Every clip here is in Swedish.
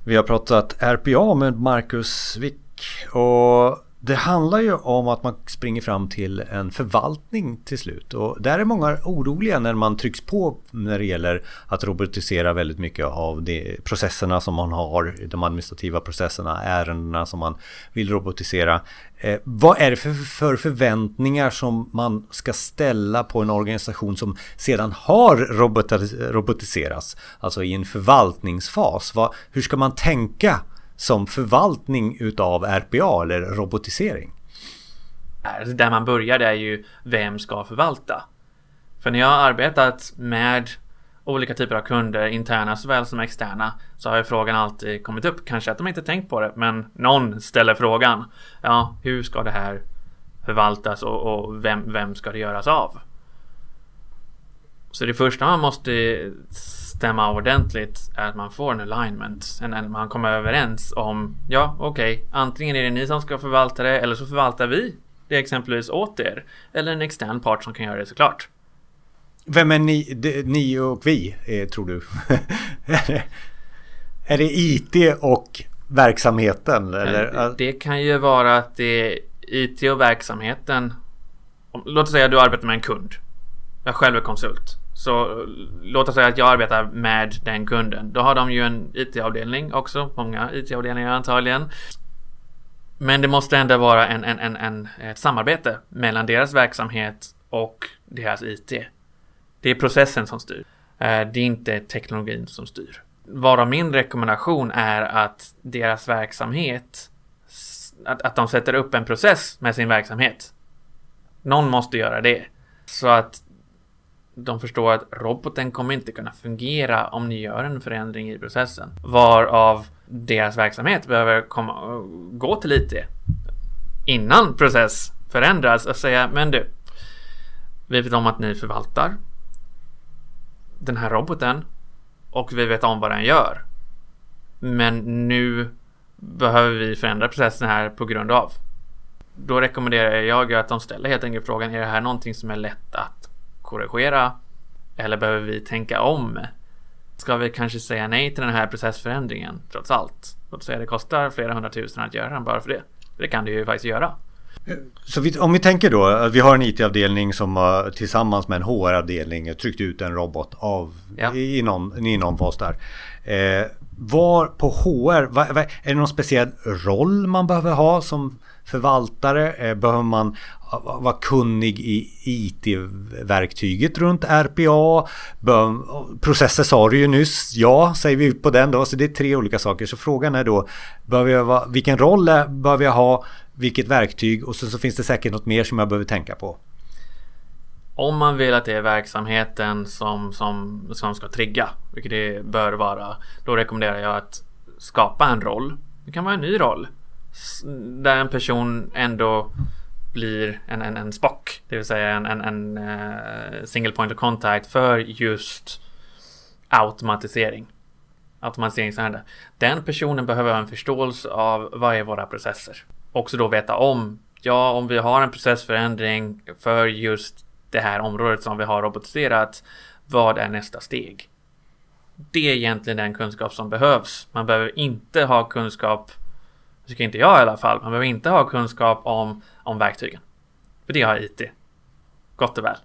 Vi har pratat RPA med Marcus Wick och det handlar ju om att man springer fram till en förvaltning till slut. Och där är många oroliga när man trycks på när det gäller att robotisera väldigt mycket av de processerna som man har, de administrativa processerna, ärendena som man vill robotisera. Vad är det för förväntningar som man ska ställa på en organisation som sedan har robotiserats, alltså i en förvaltningsfas? Hur ska man tänka som förvaltning utav RPA eller robotisering? Där man börjar är ju vem ska förvalta. För när jag har arbetat med olika typer av kunder, interna såväl som externa, så har ju frågan alltid kommit upp. Kanske att de inte tänkt på det, men någon ställer frågan. Ja, hur ska det här förvaltas och vem ska det göras av? Så det första man måste stämma ordentligt är att man får en alignment. Man kommer överens om, ja okej, antingen är det ni som ska förvalta det eller så förvaltar vi det exempelvis åt er. Eller en extern part som kan göra det såklart. Vem är ni och vi, tror du? Är det IT och verksamheten? Eller? Det kan ju vara att det är IT och verksamheten. Låt oss säga att du arbetar med en kund. Jag själv är konsult. Så låt oss säga att jag arbetar med den kunden. Då har de ju en IT-avdelning också. Många IT-avdelningar antagligen. Men det måste ändå vara ett samarbete mellan deras verksamhet och deras IT. Det är processen som styr. Det är inte teknologin som styr. Varav min rekommendation är att deras verksamhet, att de sätter upp en process med sin verksamhet. Någon måste göra det. Så att de förstår att roboten kommer inte kunna fungera om ni gör en förändring i processen. Varav deras verksamhet behöver gå till IT innan process förändras och säga, men du, vi vet om att ni förvaltar den här roboten och vi vet om vad den gör. Men nu behöver vi förändra processen här på grund av. Då rekommenderar jag att de ställer helt enkelt frågan, är det här någonting som är lätt att korrigera eller behöver vi tänka om? Ska vi kanske säga nej till den här processförändringen trots allt? Låt säga det kostar flera 100 000 att göra den bara för det. Det kan det ju faktiskt göra. Så om vi tänker då att vi har en IT-avdelning som tillsammans med en HR-avdelning tryckt ut en robot i någon fas där. Var på HR, är det någon speciell roll man behöver ha som förvaltare? Behöver man vara kunnig i IT-verktyget runt RPA? Processer sa du ju nyss, ja säger vi på den då, så det är 3 olika saker. Så frågan är då, vilken roll behöver jag ha, vilket verktyg, och så finns det säkert något mer som jag behöver tänka på. Om man vill att det är verksamheten som ska trigga, vilket det bör vara, då rekommenderar jag att skapa en roll. Det kan vara en ny roll där en person ändå blir en spock, det vill säga en single point of contact för just automatiseringsärende. Den personen behöver en förståelse av vad är våra processer. Också då veta om vi har en processförändring för just det här området som vi har robotiserat, vad är nästa steg? Det är egentligen den kunskap som behövs. Man behöver inte ha kunskap, tycker inte jag i alla fall, man behöver inte ha kunskap om verktygen. För det har IT. Gott och väl.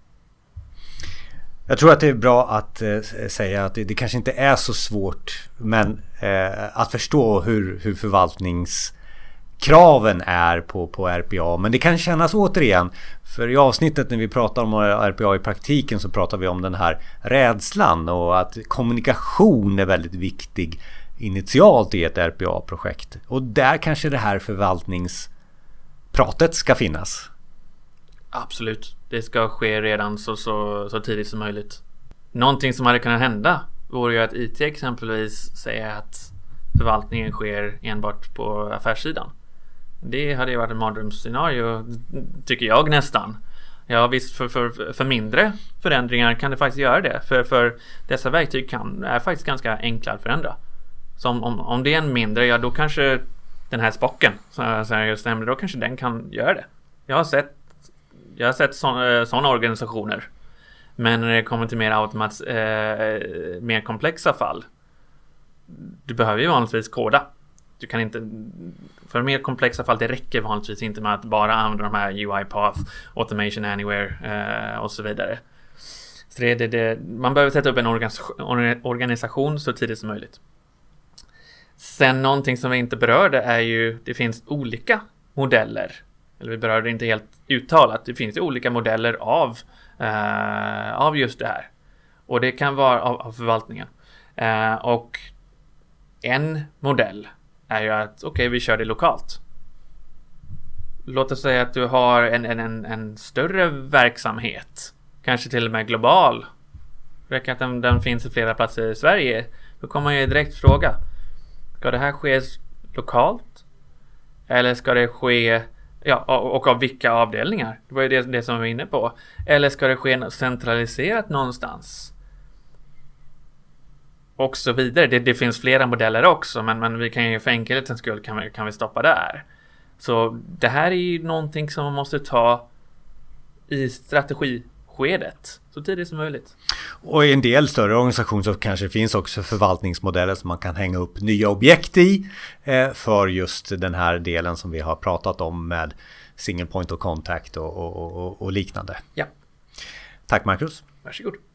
Jag tror att det är bra att säga att det kanske inte är så svårt, men att förstå hur förvaltningskraven är på RPA. Men det kan kännas återigen, för i avsnittet när vi pratar om RPA i praktiken så pratar vi om den här rädslan och att kommunikation är väldigt viktig initialt i ett RPA-projekt. Och där kanske det här förvaltningspratet ska finnas. Absolut. Det ska ske redan så tidigt som möjligt. Någonting som hade kunnat hända vore ju att IT exempelvis säger att förvaltningen sker enbart på affärssidan. Det hade ju varit en mardrömsscenario, tycker jag nästan. Ja visst, för mindre förändringar kan det faktiskt göra det. För dessa verktyg är faktiskt ganska enkla att förändra. Så om det är en mindre, ja då kanske den här spocken, så jag just nämnde, då kanske den kan göra det. Jag har sett sådana organisationer. Men när det kommer till mer komplexa fall, du behöver ju vanligtvis koda. Du kan inte, för mer komplexa fall, det räcker vanligtvis inte med att bara använda de här UiPath, Automation Anywhere och så vidare. Så man behöver sätta upp en organisation så tidigt som möjligt. Sen någonting som vi inte berörde är ju, det finns olika modeller. Eller vi berörde inte helt uttalat. Det finns ju olika modeller av just det här. Och det kan vara av förvaltningen. Och en modell är ju att vi kör det lokalt. Låt oss säga att du har en större verksamhet. Kanske till och med global. Räcker att den finns i flera platser i Sverige. Då kommer man ju direkt fråga. Ska det här ske lokalt? Eller ska det ske... Ja, och av vilka avdelningar? Det var ju det som vi var inne på. Eller ska det ske centraliserat någonstans? Och så vidare. Det finns flera modeller också. Men vi kan ju för enkelhetens skull kan vi stoppa där. Så det här är ju någonting som man måste ta i strategiskedet så tidigt som möjligt. Och i en del större organisationer så kanske det finns också förvaltningsmodeller som man kan hänga upp nya objekt i för just den här delen som vi har pratat om med single point of contact och liknande. Ja. Tack Marcus. Varsågod.